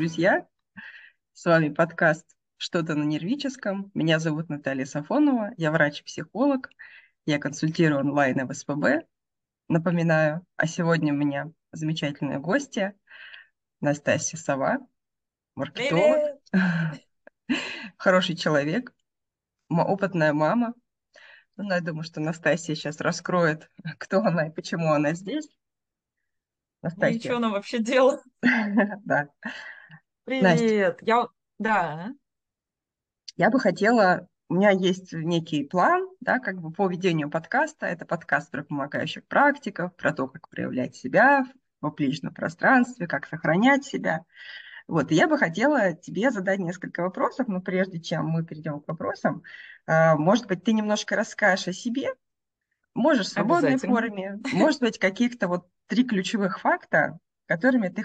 друзья! С вами подкаст «Что-то на нервическом». Меня зовут Наталья Сафонова, я врач-психолог, я консультирую онлайн и в СПБ. Напоминаю, а сегодня у меня замечательные гости: Настасья Сова, маркетолог, Привет! хороший человек, опытная мама. Ну, я думаю, что Настасья сейчас раскроет, кто она и почему она здесь. И что Настасья, она вообще делает? да. Настя, Привет! Да, я бы хотела, у меня есть некий план, да, как бы по ведению подкаста. Это подкаст про помогающих практиков, про то, как проявлять себя в публичном пространстве, как сохранять себя. Вот, и я бы хотела тебе задать несколько вопросов, но прежде чем мы перейдем к вопросам, может быть, ты немножко расскажешь о себе, можешь в свободной обязательно. форме, может быть, каких-то вот 3 ключевых факта, которыми ты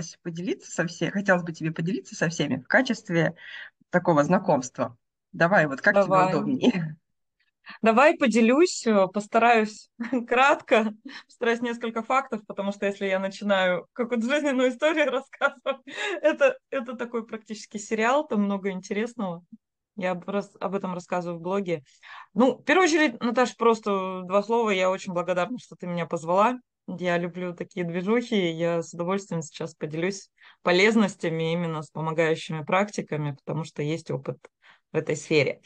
хотелось бы тебе поделиться со всеми в качестве такого знакомства. Давай, вот как тебе Давай. удобнее? Давай поделюсь, постараюсь кратко, постараюсь несколько фактов, потому что если я начинаю какую-то жизненную историю рассказывать, это такой практически сериал, там много интересного. Я об этом рассказываю в блоге. Ну, в первую очередь, Наташ, просто два слова. Я очень благодарна, что ты меня позвала. Я люблю такие движухи. Я с удовольствием сейчас поделюсь полезностями именно с помогающими практиками, потому что есть опыт в этой сфере.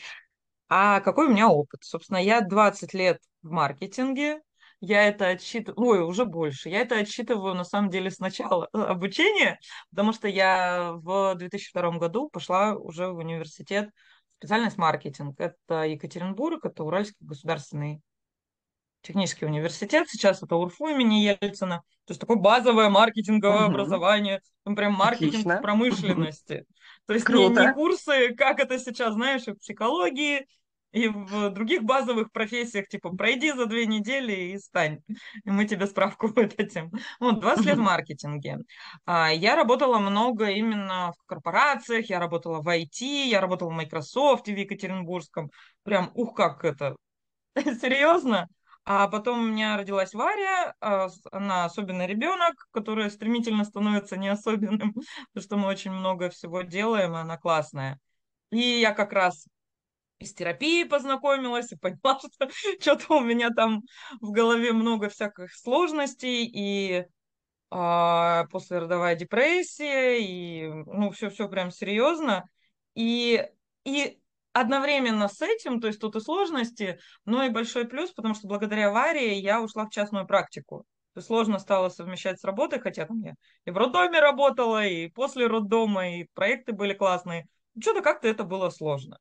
А какой у меня опыт? Собственно, я 20 лет в маркетинге. Я это отсчитываю, ой, уже больше. Я это отсчитываю на самом деле с начала обучения, потому что я в 2002 году пошла уже в университет, специальность маркетинг. Это Екатеринбург, это Уральский государственный технический университет. Сейчас это УРФУ имени Ельцина. То есть такое базовое маркетинговое Мгм. образование, там прям маркетинг в Отлично. Мгм. промышленности. То есть не Круто. курсы, как это сейчас, знаешь, и в психологии, и в других базовых профессиях, типа пройди за 2 недели и стань, и мы тебе справку выдадим. Вот, 20 лет в Мгм. маркетинге. Я работала много именно в корпорациях, я работала в IT, я работала в Microsoft в Екатеринбургском. Прям, ух, как это, серьезно. А потом у меня родилась Варя, она особенный ребенок, который стремительно становится не особенным, потому что мы очень много всего делаем, и она классная. И я как раз из терапии познакомилась и поняла, что что-то у меня там в голове много всяких сложностей, и послеродовая депрессия, и ну все прям серьезно. И, и одновременно с этим, то есть тут и сложности, но и большой плюс, потому что благодаря аварии я ушла в частную практику. То есть сложно стало совмещать с работой, хотя там я и в роддоме работала, и после роддома, и проекты были классные. Что-то как-то это было сложно.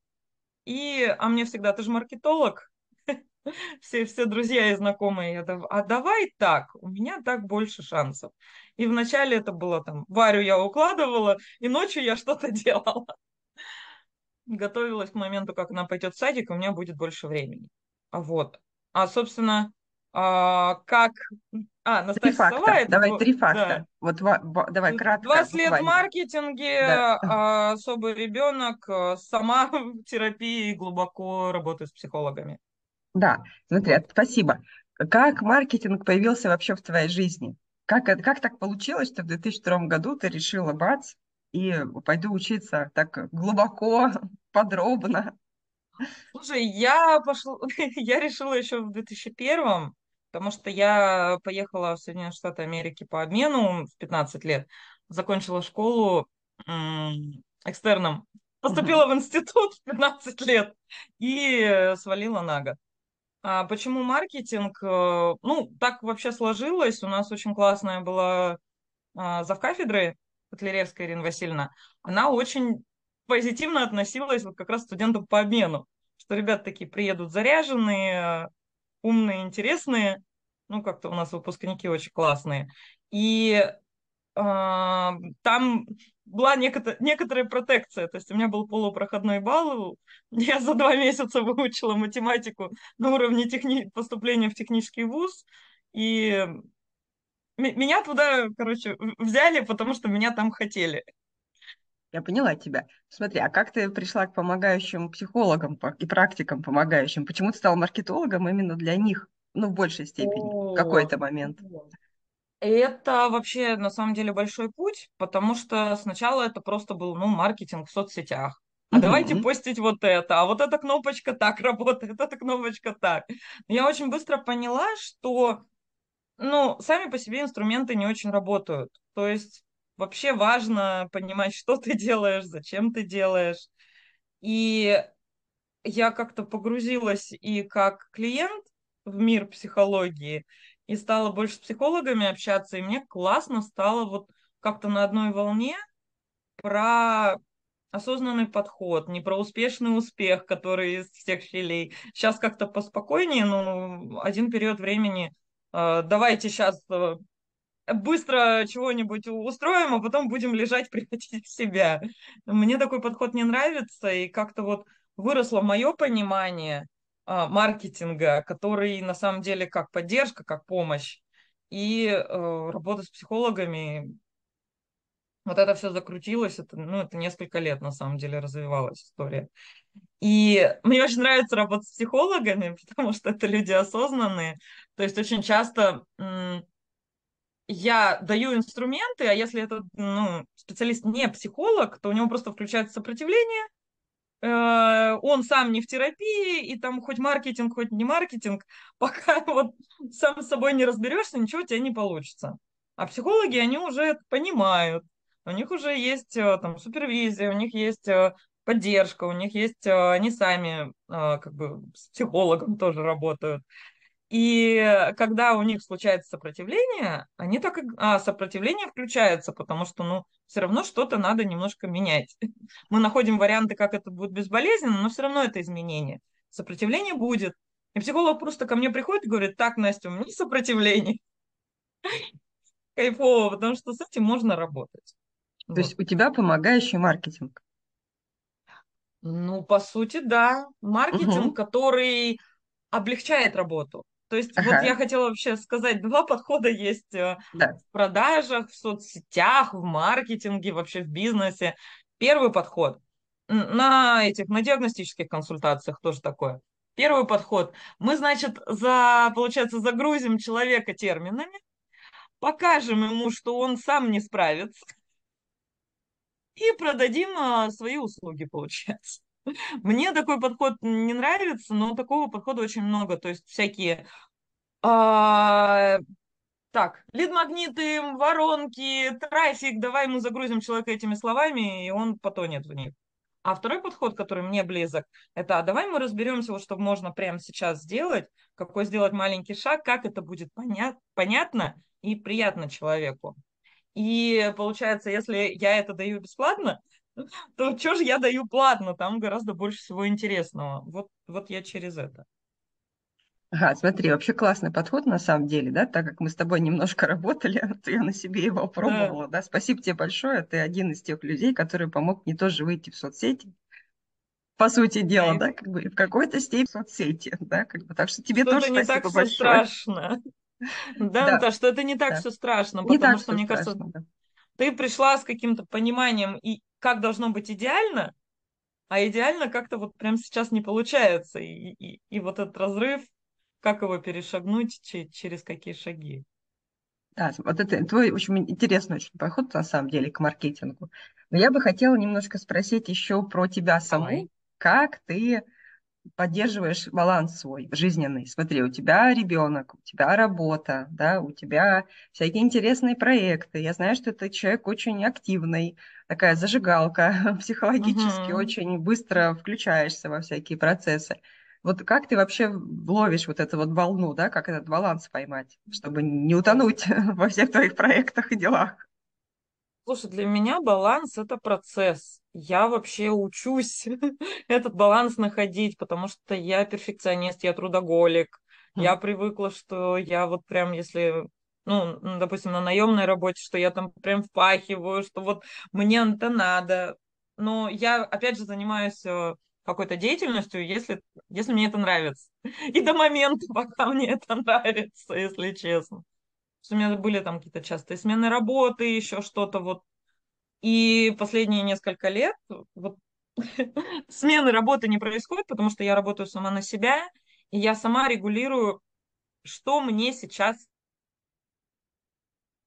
А мне всегда, ты же маркетолог, все друзья и знакомые, а давай так, у меня так больше шансов. И вначале это было там, Варю я укладывала, и ночью я что-то делала. Готовилась к моменту, как она пойдет в садик, и у меня будет больше времени. Вот. Собственно, как... Три Настасья Сова, факта. это... Давай три Да. факта. Вот давай кратко, 20 лет в буквально. маркетинге, Да. особый ребенок, сама в терапии, глубоко работаю с психологами. Да. Смотри, Вот. спасибо. Как маркетинг появился вообще в твоей жизни? Как так получилось, что в 2002 году ты решила бац и пойду учиться так глубоко, подробно? Слушай, я пошла, я решила еще в 2001, потому что я поехала в Соединенные Штаты Америки по обмену в 15 лет, закончила школу экстерном, поступила Мгм. в институт в 15 лет и свалила на год. А почему маркетинг? Ну, так вообще сложилось. У нас очень классная была завкафедры Котляревская Ирина Васильевна. Она очень позитивно относилась вот как раз к студентам по обмену, что ребята такие приедут заряженные, умные, интересные. Ну, как-то у нас выпускники очень классные. И там была некоторая протекция, то есть у меня был полупроходной балл, я за 2 месяца выучила математику на уровне поступления в технический вуз, и меня туда, короче, взяли, потому что меня там хотели. Я поняла тебя. Смотри, а как ты пришла к помогающим психологам и практикам помогающим? Почему ты стала маркетологом именно для них? Ну, в большей степени, в О, какой-то момент. Это вообще на самом деле большой путь, потому что сначала это просто был, ну, маркетинг в соцсетях. А давайте Мгм. постить вот это, а вот эта кнопочка так работает, эта кнопочка так. Я очень быстро поняла, что, ну, сами по себе инструменты не очень работают. То есть вообще важно понимать, что ты делаешь, зачем ты делаешь. И я как-то погрузилась и как клиент в мир психологии, и стала больше с психологами общаться, и мне классно стало вот как-то на одной волне про осознанный подход, не про успешный успех, который из всех щелей. Сейчас как-то поспокойнее, но один период времени давайте сейчас быстро чего-нибудь устроим, а потом будем лежать, приходить в себя. Мне такой подход не нравится, и как-то вот выросло мое понимание маркетинга, который на самом деле как поддержка, как помощь, и работа с психологами. Вот это все закрутилось, это, ну, это несколько лет на самом деле развивалась история. И мне очень нравится работать с психологами, потому что это люди осознанные. То есть очень часто я даю инструменты, а если этот, ну, специалист не психолог, то у него просто включается сопротивление, он сам не в терапии, и там хоть маркетинг, хоть не маркетинг, пока вот сам с собой не разберешься, ничего у тебя не получится. А психологи, они уже это понимают, у них уже есть там супервизия, у них есть поддержка, у них есть, они сами как бы с психологом тоже работают. И когда у них случается сопротивление, они так и... А, сопротивление включается, потому что, ну, все равно что-то надо немножко менять. Мы находим варианты, как это будет безболезненно, но все равно это изменение. Сопротивление будет. И психолог просто ко мне приходит и говорит: так, Настя, у меня есть сопротивление. Кайфово, потому что с этим можно работать. То Вот. есть у тебя помогающий маркетинг. Ну, по сути, да. Маркетинг, Мгм. который облегчает работу. То есть вот Ага, я хотела вообще сказать, два подхода есть да. в продажах, в соцсетях, в маркетинге, вообще в бизнесе. Первый подход на этих, на диагностических консультациях тоже такое. Первый подход. Мы, значит, получается, загрузим человека терминами, покажем ему, что он сам не справится, и продадим свои услуги, получается. Мне такой подход не нравится, но такого подхода очень много. То есть всякие а, так, лид-магниты, воронки, трафик, давай мы загрузим человека этими словами, и он потонет в них. А второй подход, который мне близок, это давай мы разберемся, вот что можно прямо сейчас сделать, какой сделать маленький шаг, как это будет понятно и приятно человеку. И получается, если я это даю бесплатно, то что же я даю платно? Там гораздо больше всего интересного. Вот я через это. Ага, смотри, вообще классный подход на самом деле, да, так как мы с тобой немножко работали, то я на себе его Да, пробовала, да, спасибо тебе большое, ты один из тех людей, который помог мне тоже выйти в соцсети, по сути дела, кайф. да, как бы и в какой-то степени в соцсети, да, как бы, так что тебе тоже Что-то не так спасибо все большое. страшно. Да, Да, Наташ, что это не так да, все страшно, не потому так что, все мне кажется, страшно, да. ты пришла с каким-то пониманием, и как должно быть идеально, а идеально как-то вот прямо сейчас не получается. И вот этот разрыв, как его перешагнуть, через какие шаги. Да, вот это твой очень интересный очень подход, на самом деле, к маркетингу. Но я бы хотела немножко спросить еще про тебя саму, Давай. как ты поддерживаешь баланс свой жизненный. Смотри, у тебя ребенок, у тебя работа, да, у тебя всякие интересные проекты. Я знаю, что ты человек очень активный, такая зажигалка, психологически Мгм. очень быстро включаешься во всякие процессы. Вот как ты вообще ловишь вот эту вот волну, да, как этот баланс поймать, чтобы не утонуть во всех твоих проектах и делах? Слушай, для меня баланс — это процесс. Я вообще учусь этот баланс находить, потому что я перфекционист, я трудоголик. Я Мгм. привыкла, что я вот прям, если, ну, допустим, на наемной работе, что я там прям впахиваю, что вот мне это надо. Но я, опять же, занимаюсь какой-то деятельностью, если мне это нравится. И до момента, пока мне это нравится, если честно. Что у меня были там какие-то частые смены работы, еще что-то вот. И последние несколько лет вот смены работы не происходит, потому что я работаю сама на себя, и я сама регулирую, что мне сейчас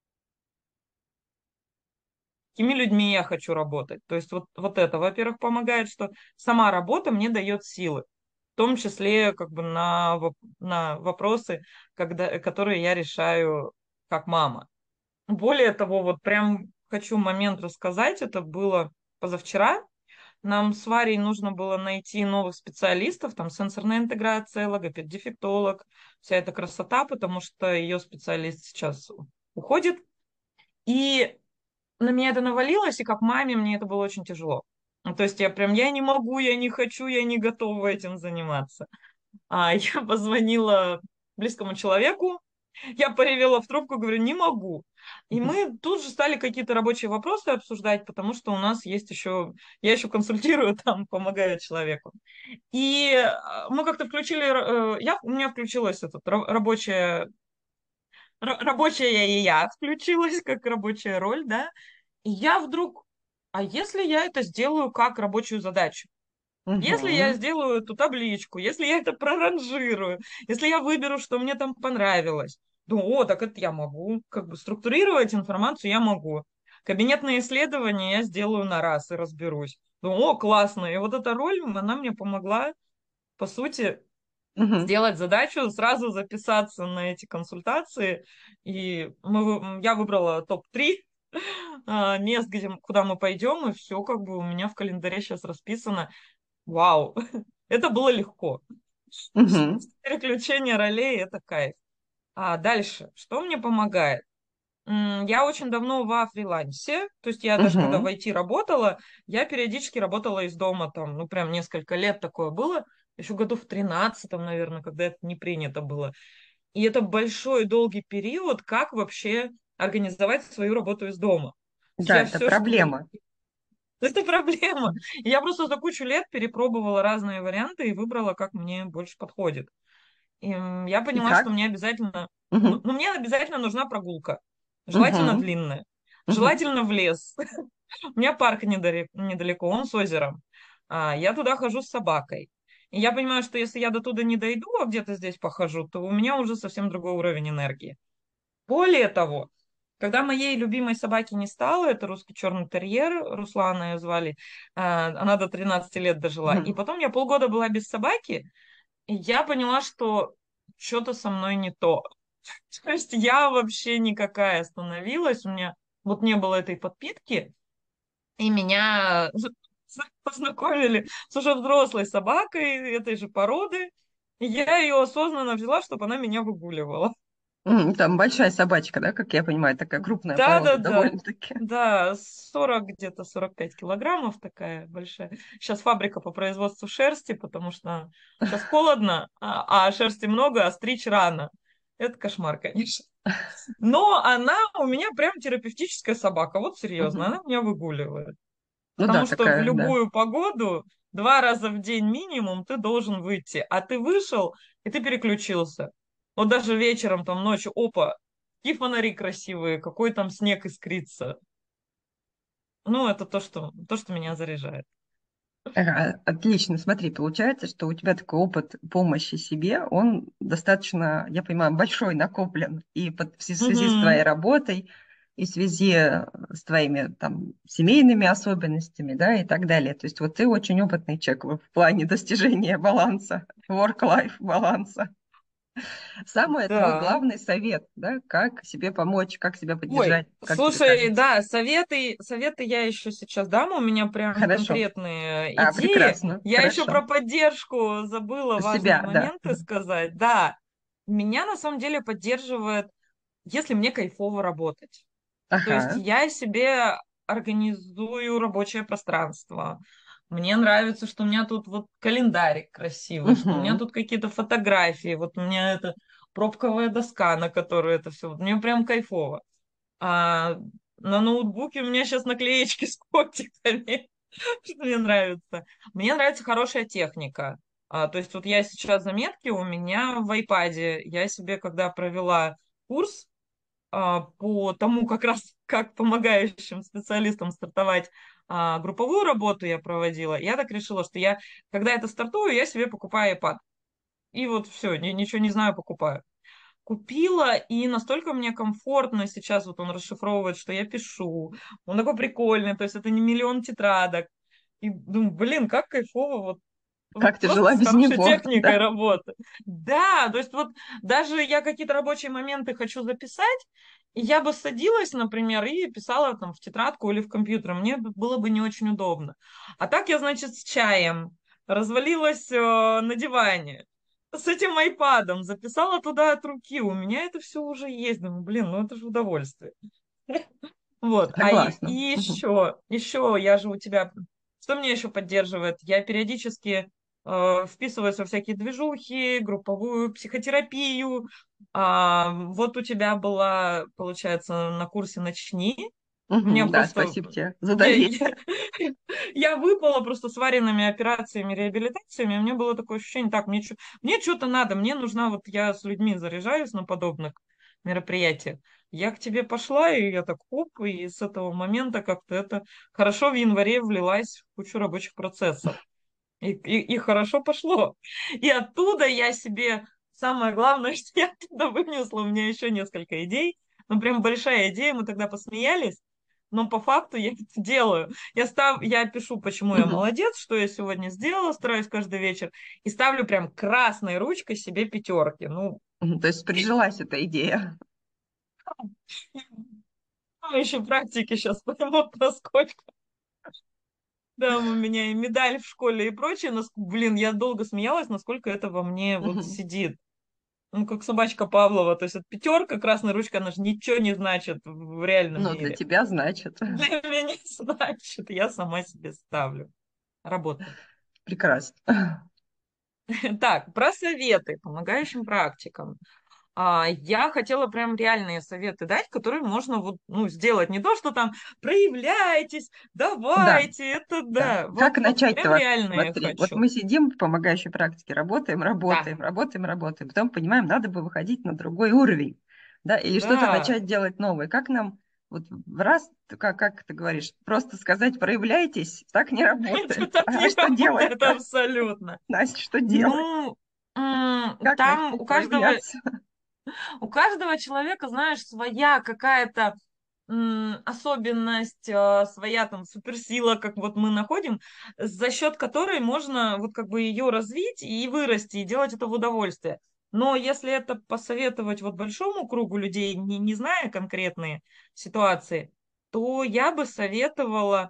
какими людьми я хочу работать. То есть вот это, во-первых, помогает, что сама работа мне дает силы, в том числе как бы на вопросы, которые я решаю как мама. Более того, вот прям хочу момент рассказать, это было позавчера. Нам с Варей нужно было найти новых специалистов, там сенсорная интеграция, логопед-дефектолог, вся эта красота, потому что ее специалист сейчас уходит. И на меня это навалилось, и как маме мне это было очень тяжело. Ну, то есть я не могу, я не хочу, я не готова этим заниматься. Я позвонила близкому человеку, я поревела в трубку, говорю, не могу. И мы тут же стали какие-то рабочие вопросы обсуждать, потому что у нас есть еще, я еще консультирую там, помогаю человеку. И мы как-то включили, у меня включилась рабочая и я включилась, как рабочая роль, да. И я вдруг, а если я это сделаю как рабочую задачу? Если я Мгм. сделаю эту табличку, если я это проранжирую, если я выберу, что мне там понравилось, о, так это я могу. Как бы структурировать информацию я могу. Кабинетные исследования я сделаю на раз и разберусь. О, классно. И вот эта роль, она мне помогла, по сути, Мгм. сделать задачу, сразу записаться на эти консультации. И я выбрала топ-3 мест, куда мы пойдем, и все как бы у меня в календаре сейчас расписано. Вау, это было легко. Мгм. Переключение ролей– это кайф. А дальше, что мне помогает? Я очень давно во фрилансе, то есть я даже когда в Мгм. IT работала, я периодически работала из дома, там, ну прям несколько лет такое было, еще году в 13-м, наверное, когда это не принято было. И это большой долгий период, как вообще организовать свою работу из дома. То есть Да, я это все, что вот проблема. это проблема. И я просто за кучу лет перепробовала разные варианты и выбрала, как мне больше подходит. И я И поняла, что как? мне обязательно, Мгм. ну, мне обязательно нужна прогулка. Желательно Мгм. длинная. Мгм. Желательно в лес. У меня парк недалеко, он с озером. Я туда хожу с собакой. И я понимаю, что если я до туда не дойду, а где-то здесь похожу, то у меня уже совсем другой уровень энергии. Более того, когда моей любимой собаки не стало, это русский черный терьер, Руслана ее звали, она до 13 лет дожила. И Мгм. потом я полгода была без собаки, и я поняла, что что-то со мной не то. То есть я вообще никакая становилась, у меня вот не было этой подпитки, и меня познакомили с уже взрослой собакой этой же породы, и я ее осознанно взяла, чтобы она меня выгуливала. Там большая собачка, да, как я понимаю, такая крупная порода Да-да-да. довольно-таки. Да, 40 где-то 45 килограммов такая большая. Сейчас фабрика по производству шерсти, потому что сейчас холодно, а шерсти много, а стричь рано. Это кошмар, конечно. Но она у меня прям терапевтическая собака. Вот серьезно, Мгм. она меня выгуливает. Ну да, Потому что в такая, да. любую погоду 2 раза в день минимум ты должен выйти. А ты вышел, и ты переключился. Вот даже вечером, там, ночью, опа, какие фонари красивые, какой там снег искрится. Ну, это то, что меня заряжает. Ага, отлично. Смотри, получается, что у тебя такой опыт помощи себе, он достаточно, я понимаю, большой накоплен и в связи с твоей Мгм. работой, и в связи с твоими там семейными особенностями, да, и так далее. То есть вот ты очень опытный человек в плане достижения баланса, work-life баланса. Самый твой Да. главный совет, да, как себе помочь, как себя Ой, поддержать, как тебе слушай, кажется? да, советы я еще сейчас дам, у меня прям Хорошо. конкретные идеи. Прекрасно, Я еще хорошо. про поддержку забыла важные Себя, да. моменты сказать. Да, меня на самом деле поддерживает, если мне кайфово работать. То есть Ага. я себе организую рабочее пространство. Мне нравится, что у меня тут вот календарик красивый, что у меня Мгм. тут какие-то фотографии, вот у меня это пробковая доска, на которую это все. Мне прям кайфово. А на ноутбуке у меня сейчас наклеечки с котиками, что мне нравится. Мне нравится хорошая техника. То есть вот я сейчас заметки у меня в iPad. Я себе, когда провела курс по тому, как раз как помогающим специалистам стартовать групповую работу я проводила, я так решила, что я, когда это стартую, я себе покупаю iPad. И вот все, ничего не знаю, покупаю. купила, и настолько мне комфортно сейчас, вот он расшифровывает, что я пишу. Он такой прикольный, то есть это не миллион тетрадок. И думаю, блин, как кайфово вот Как ты просто жила с без хорошей него, техникой да? работы. Да, то есть вот даже я какие-то рабочие моменты хочу записать, и я бы садилась, например, и писала там в тетрадку или в компьютер. Мне было бы не очень удобно. А так я, значит, с чаем развалилась на диване с этим айпадом, записала туда от руки. У меня это все уже есть. Думаю, блин, ну это же удовольствие. Вот. И Согласна. Мгм. еще я же у тебя... Что меня еще поддерживает? Я периодически вписываюсь во всякие движухи, групповую психотерапию. Вот у тебя была, получается, на курсе «Начни». У меня Мгм. Да, просто... спасибо тебе за Я, доверие. я, я выпала просто с варенными операциями, реабилитациями. У меня было такое ощущение, так, мне что-то надо, мне нужна, вот я с людьми заряжаюсь на подобных мероприятиях. Я к тебе пошла, и я так, оп, и с этого момента как-то это хорошо в январе влилась в кучу рабочих процессов. И хорошо пошло. И оттуда я себе, самое главное, что я оттуда вынесла, у меня еще несколько идей. Ну, прям большая идея, мы тогда посмеялись, но по факту я это делаю. Я пишу, почему я Мгм. молодец, что я сегодня сделала, стараюсь каждый вечер, и ставлю прям красной ручкой себе пятерки. Ну, Мгм. То есть прижилась эта идея. еще практики сейчас поймут, насколько. Да, у меня и медаль в школе и прочее. Блин, я долго смеялась, насколько это во мне вот Мгм. сидит. Ну, как собачка Павлова. То есть это пятерка, красная ручка, она же ничего не значит в реальном Ну, для мире. тебя значит. Для меня не значит. Я сама себе ставлю. Работаю. Прекрасно. Так, про советы помогающим практикам. Я хотела прям реальные советы дать, которые можно вот, ну, сделать. Не то, что там проявляйтесь, Да, давайте, это да. да. Вот, Как вот начать-то прям вообще? реальные Смотри, вот хочу. мы сидим в помогающей практике, работаем, Да, работаем, работаем, работаем. Потом понимаем, надо бы выходить на другой уровень, да, или что-то да. начать делать новое. Как нам вот в раз, как ты говоришь, просто сказать «проявляйтесь», так не Это работает. так А не что работает делать-то? абсолютно. Настя, что делать? Ну, Как там начать проявляться? у каждого человека, знаешь, своя какая-то особенность, своя там суперсила, как вот мы находим, за счет которой можно вот как бы ее развить и вырасти, и делать это в удовольствие. Но если это посоветовать вот большому кругу людей, не зная конкретные ситуации, то я бы советовала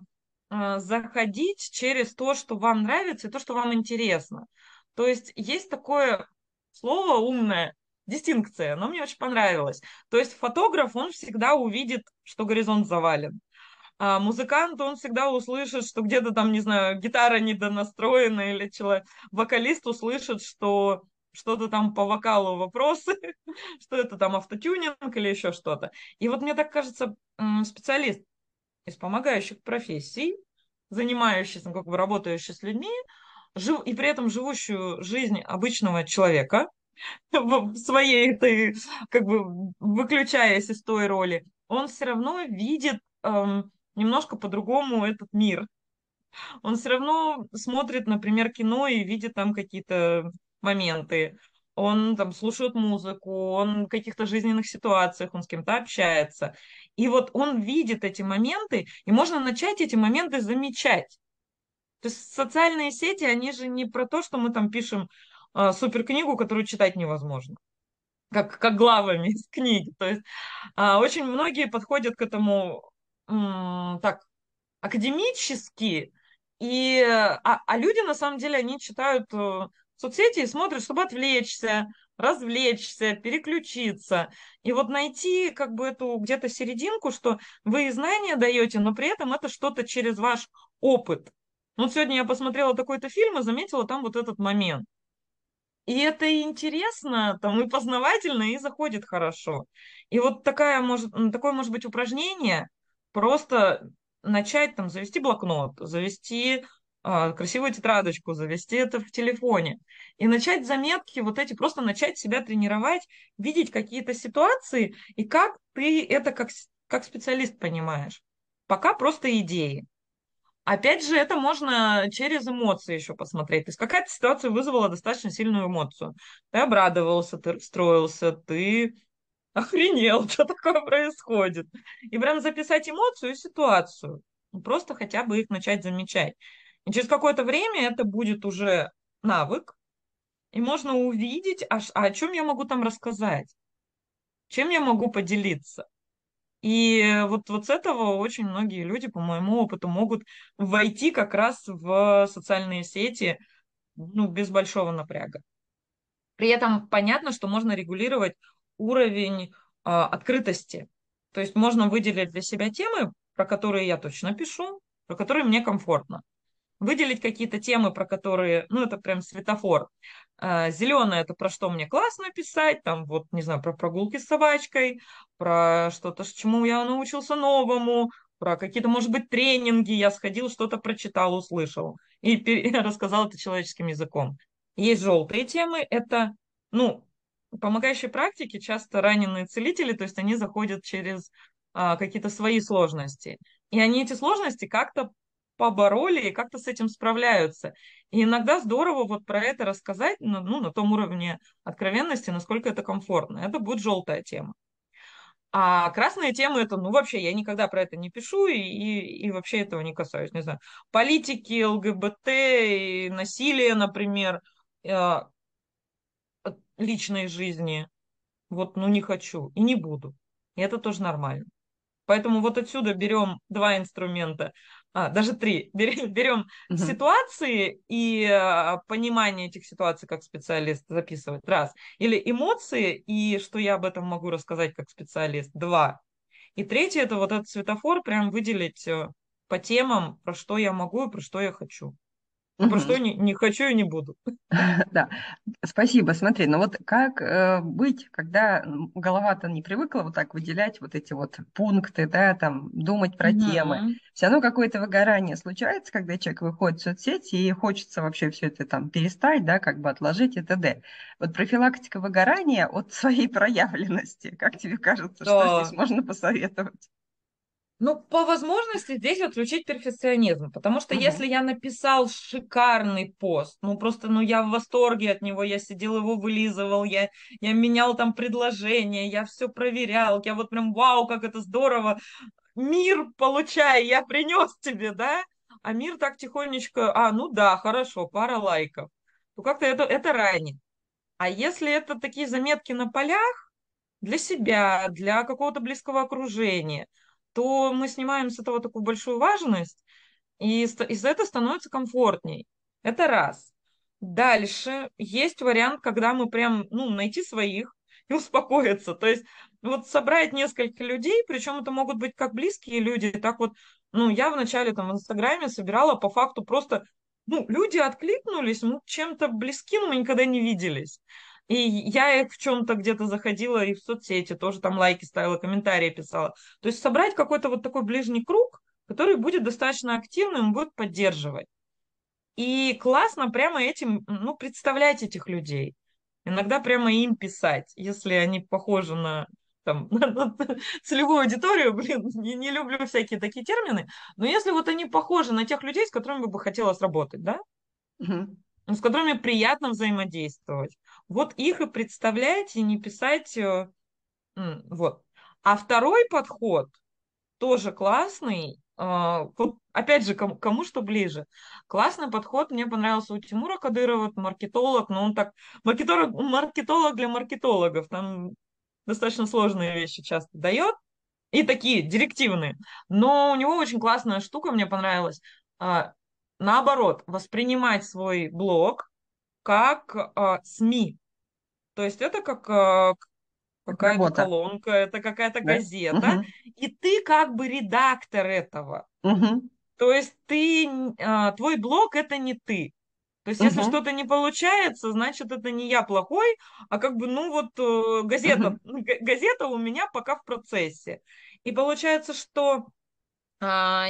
заходить через то, что вам нравится, и то, что вам интересно. То есть такое слово умное, дистинкция, но мне очень понравилось. То есть фотограф, он всегда увидит, что горизонт завален. А музыкант, он всегда услышит, что где-то там, не знаю, гитара недонастроена, или вокалист услышит, что что-то там по вокалу вопросы, что это там автотюнинг или еще что-то. И вот мне так кажется, специалист из помогающих профессий, занимающийся, ну, как бы работающий с людьми, и при этом живущую жизнь обычного человека, в своей этой, как бы выключаясь из той роли, он все равно видит немножко по-другому этот мир. Он все равно смотрит, например, кино и видит там какие-то моменты. Он там слушает музыку, он в каких-то жизненных ситуациях, он с кем-то общается. И вот он видит эти моменты, и можно начать эти моменты замечать. То есть социальные сети, они же не про то, что мы там пишем супер книгу, которую читать невозможно как главами из книги. То есть очень многие подходят к этому так академически, а люди на самом деле они читают соцсети и смотрят, чтобы отвлечься, развлечься, переключиться. И вот найти как бы эту где-то серединку, что вы и знания даете, но при этом это что-то через ваш опыт. Ну, вот сегодня я посмотрела такой-то фильм и заметила там вот этот момент. И это и интересно, там, и познавательно, и заходит хорошо. И вот такое может быть упражнение, просто начать там, завести блокнот, завести красивую тетрадочку, завести это в телефоне. И начать заметки вот эти, просто начать себя тренировать, видеть какие-то ситуации, и как ты это как специалист понимаешь. Пока просто идеи. Опять же, это можно через эмоции еще посмотреть. То есть какая-то ситуация вызвала достаточно сильную эмоцию. Ты обрадовался, ты расстроился, ты охренел, что такое происходит. И прям записать эмоцию и ситуацию. Ну, просто хотя бы их начать замечать. И через какое-то время это будет уже навык, и можно увидеть, о чем я могу там рассказать, чем я могу поделиться. И вот с этого очень многие люди, по моему опыту, могут войти как раз в социальные сети, ну, без большого напряга. При этом понятно, что можно регулировать уровень открытости. То есть можно выделить для себя темы, про которые я точно пишу, про которые мне комфортно. Выделить какие-то темы, про которые, ну, это прям светофор. Зеленое — это про что мне классно писать, там, вот, не знаю, про прогулки с собачкой, про что-то, чему я научился новому, про какие-то, может быть, тренинги, я сходил, что-то прочитал, услышал и рассказал это человеческим языком. Есть желтые темы, это, ну, помогающие практики, часто раненые целители, то есть они заходят через какие-то свои сложности. И они эти сложности как-то побороли и как-то с этим справляются. И иногда здорово вот про это рассказать, ну, на том уровне откровенности, насколько это комфортно. Это будет желтая тема. А красные темы это, ну, вообще, я никогда про это не пишу и вообще этого не касаюсь. Не знаю, политики, ЛГБТ, и насилие, например, личной жизни. Вот, ну, не хочу и не буду. И это тоже нормально. Поэтому вот отсюда берем два инструмента, даже три. Берем Мгм. ситуации и понимание этих ситуаций как специалист записывать. Раз. Или эмоции и что я об этом могу рассказать как специалист. Два. И третье — это вот этот светофор прям выделить по темам, про что я могу и про что я хочу. А про Мгм. что не хочу и не буду. Да, спасибо. Смотри, ну вот как быть, когда голова-то не привыкла вот так выделять вот эти вот пункты, да, там, думать про темы. Мгм. Все равно какое-то выгорание случается, когда человек выходит в соцсети и хочется вообще все это там перестать, да, как бы отложить и т.д. Вот профилактика выгорания от своей проявленности. Как тебе кажется, что здесь Да. можно посоветовать? Ну, по возможности здесь отключить перфекционизм, потому что Мгм. если я написал шикарный пост, ну просто, ну я в восторге от него, я сидел его вылизывал, я менял там предложения, я все проверял, я вот прям вау, как это здорово, мир получай, я принес тебе, да? А мир так тихонечко, ну да, хорошо, пара лайков. То как-то это ранит. А если это такие заметки на полях, для себя, для какого-то близкого окружения, то мы снимаем с этого такую большую важность, и из-за этого становится комфортней. Это раз. Дальше есть вариант, когда мы прям, ну, найти своих и успокоиться. То есть вот собрать несколько людей, причем это могут быть как близкие люди, так вот, ну, я вначале там в Инстаграме собирала по факту просто, ну, люди откликнулись, мы чем-то близки, но мы никогда не виделись. И я их в чем-то где-то заходила и в соцсети, тоже там лайки ставила, комментарии писала. То есть собрать какой-то вот такой ближний круг, который будет достаточно активным, будет поддерживать. И классно прямо этим, ну, представлять этих людей. Иногда прямо им писать, если они похожи на, там, на целевую аудиторию, блин, не люблю всякие такие термины, но если вот они похожи на тех людей, с которыми бы хотелось работать, да, Мгм. с которыми приятно взаимодействовать, вот их и представлять, и не писать, вот. А второй подход, тоже классный. Вот опять же, кому что ближе. Классный подход мне понравился у Тимура Кадырова, это маркетолог, но он так, маркетолог для маркетологов, там достаточно сложные вещи часто дает, и такие директивные. Но у него очень классная штука, мне понравилась. А, Наоборот, воспринимать свой блог как СМИ. То есть это как Как какая-то работа, колонка, это какая-то да? газета, Мгм. и ты как бы редактор этого. Мгм. То есть твой блог это не ты. То есть если Мгм. что-то не получается, значит это не я плохой, а как бы, ну вот газета, Мгм. газета у меня пока в процессе. И получается, что а,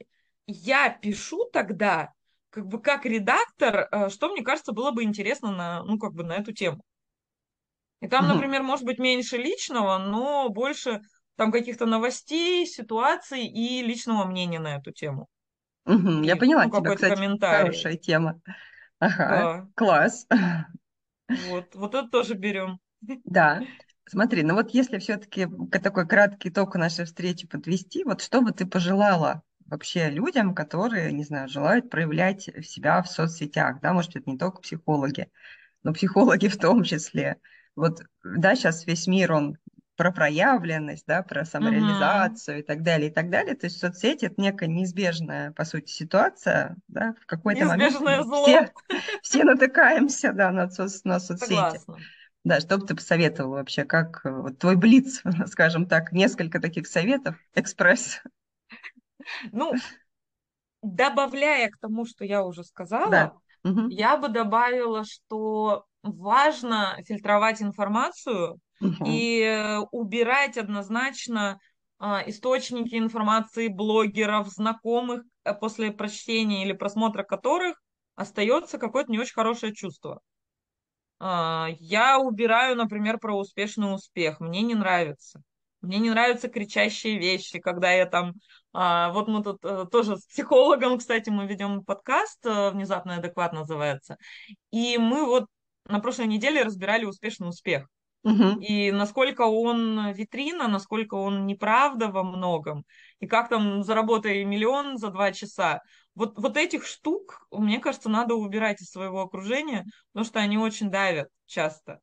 я пишу тогда как бы как редактор, что мне кажется было бы интересно ну как бы на эту тему. И там, Мгм. например, может быть меньше личного, но больше там каких-то новостей, ситуаций и личного мнения на эту тему. Мгм. Я И, поняла ну, тебя, какой-то кстати, комментарий. хорошая тема. Ага, Да, класс. вот это тоже берем. Да, смотри, ну вот если все-таки такой краткий итог нашей встречи подвести, вот что бы ты пожелала вообще людям, которые, не знаю, желают проявлять себя в соцсетях, да, может, это не только психологи, но психологи в том числе. Вот, да, сейчас весь мир, он про проявленность, да, про Мгм. самореализацию и так далее, и так далее. То есть соцсети– это некая неизбежная, по сути, ситуация, да, в какой-то момент Неизбежное мы зло. все натыкаемся, да, на соцсети. Согласна. Да, что бы ты посоветовал вообще, как вот твой блиц, скажем так, несколько таких советов, экспресс. Ну, добавляя к тому, что я уже Да. сказала, Мгм. я бы добавила, что важно фильтровать информацию Мгм. и убирать однозначно источники информации блогеров, знакомых, после прочтения или просмотра которых остается какое-то не очень хорошее чувство. Я убираю, например, про успешный успех. Мне не нравится. Мне не нравятся кричащие вещи, когда я там... вот мы тут тоже с психологом, кстати, мы ведем подкаст «Внезапно и адекват» называется. И мы вот на прошлой неделе разбирали успешный успех. Мгм. И насколько он витрина, насколько он неправда во многом, и как там заработай миллион за 2 часа. Вот этих штук, мне кажется, надо убирать из своего окружения, потому что они очень давят часто.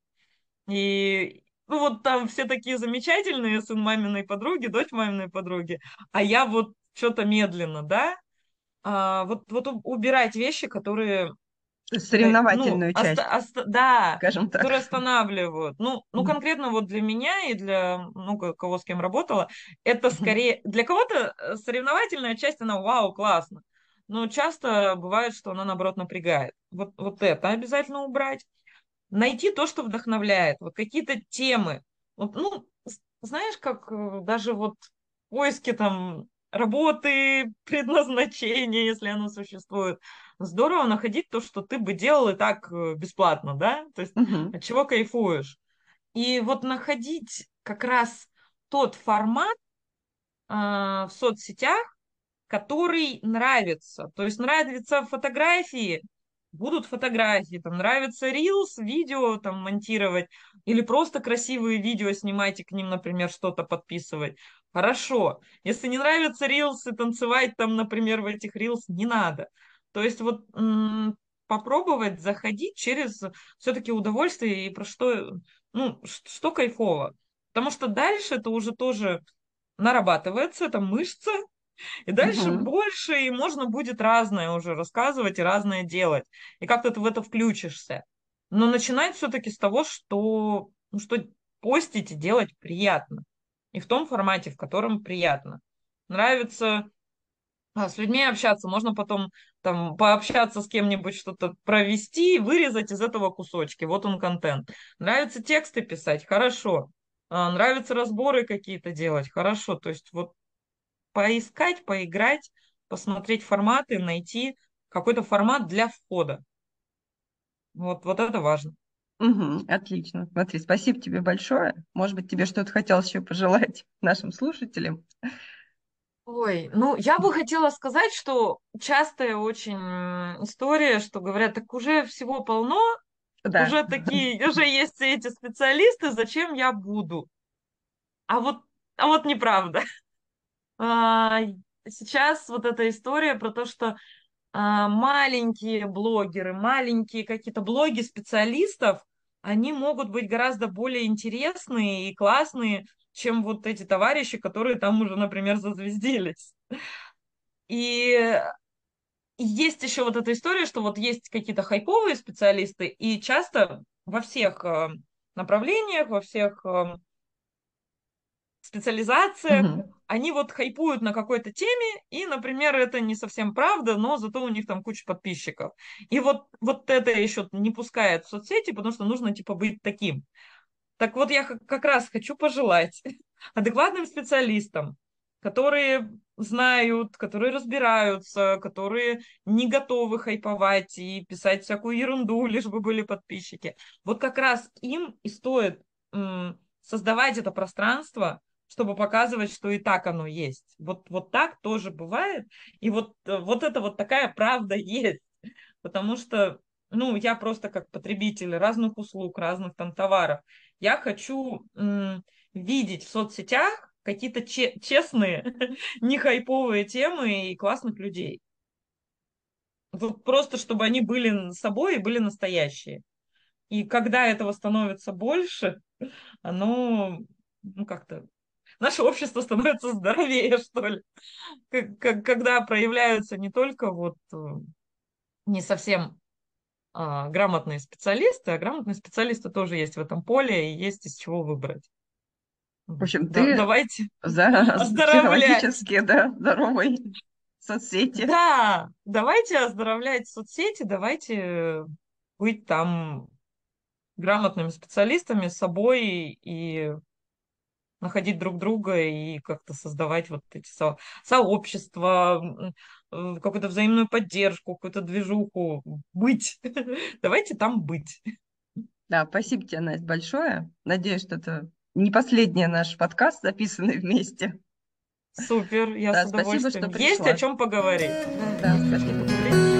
И ну вот там все такие замечательные, сын маминой подруги, дочь маминой подруги, а я вот что-то медленно, да? Вот убирать вещи, которые ну, Соревновательную часть, да, скажем так. которые останавливают. Ну, Мгм. конкретно вот для меня и для, ну, кого с кем работала, это Мгм. скорее... Для кого-то соревновательная часть, она вау, классно. Но часто бывает, что она, наоборот, напрягает. Вот это обязательно убрать. Найти то, что вдохновляет. Вот какие-то темы. Вот, ну, знаешь, как даже вот поиски там работы, предназначения, если оно существует. Здорово находить то, что ты бы делал и так бесплатно, да? То есть Мгм. от чего кайфуешь. И вот находить как раз тот формат в соцсетях, который нравится. То есть нравятся фотографии, будут фотографии, там нравится рилс, видео там монтировать, или просто красивые видео снимать и к ним, например, что-то подписывать. Хорошо. Если не нравятся рилсы, танцевать там, например, в этих рилс не надо. То есть вот попробовать заходить через все-таки удовольствие и про что, ну, что кайфово. Потому что дальше это уже тоже нарабатывается, это мышца, и дальше Мгм. больше, и можно будет разное уже рассказывать и разное делать. И как-то ты в это включишься. Но начинать все-таки с того, что, ну, что постить и делать приятно. И в том формате, в котором приятно. Нравится с людьми общаться, можно потом там пообщаться с кем-нибудь, что-то провести, вырезать из этого кусочки. Вот он контент. Нравится тексты писать, хорошо. Нравится разборы какие-то делать, хорошо. То есть вот поискать, поиграть, посмотреть форматы, найти какой-то формат для входа. Вот это важно. Мгм. Отлично. Смотри, спасибо тебе большое. Может быть, тебе что-то хотелось еще пожелать нашим слушателям? Ой, ну я бы хотела сказать, что частая очень история, что говорят, так уже всего полно, Да. уже такие, уже есть все эти специалисты, зачем я буду? А вот, а вот неправда. А, Сейчас вот эта история про то, что маленькие блогеры, маленькие какие-то блоги специалистов, они могут быть гораздо более интересные и классные, чем вот эти товарищи, которые там уже, например, зазвездились. И есть еще вот эта история, что вот есть какие-то хайповые специалисты, и часто во всех направлениях, во всех специализациях, Мгм. они вот хайпуют на какой-то теме, и, например, это не совсем правда, но зато у них там куча подписчиков. И вот это еще не пускает в соцсети, потому что нужно, типа, быть таким. Так вот, я как раз хочу пожелать адекватным специалистам, которые знают, которые разбираются, которые не готовы хайповать и писать всякую ерунду, лишь бы были подписчики. Вот как раз им и стоит создавать это пространство, чтобы показывать, что и так оно есть. Вот так тоже бывает. И вот это вот такая правда есть. Потому что, ну, я просто как потребитель разных услуг, разных там товаров, я хочу видеть в соцсетях какие-то честные, не хайповые темы и классных людей. Вот просто, чтобы они были собой и были настоящие. И когда этого становится больше, оно, ну, как-то, наше общество становится здоровее, что ли. Когда проявляются не только вот не совсем грамотные специалисты, а грамотные специалисты тоже есть в этом поле, и есть из чего выбрать. В общем, ты Давайте за оздоровлять. психологически, да, здоровой соцсети. Да, давайте оздоровлять соцсети, давайте быть там грамотными специалистами, собой и находить друг друга и как-то создавать вот эти сообщества, какую-то взаимную поддержку, какую-то движуху, быть. Давайте там быть. Да, спасибо тебе, Настя, большое. Надеюсь, что это не последний наш подкаст, записанный вместе. Супер, я Да, с спасибо, что удовольствием. Есть о пришла. чем поговорить. Да, Да, есть о чем спасибо. поговорить.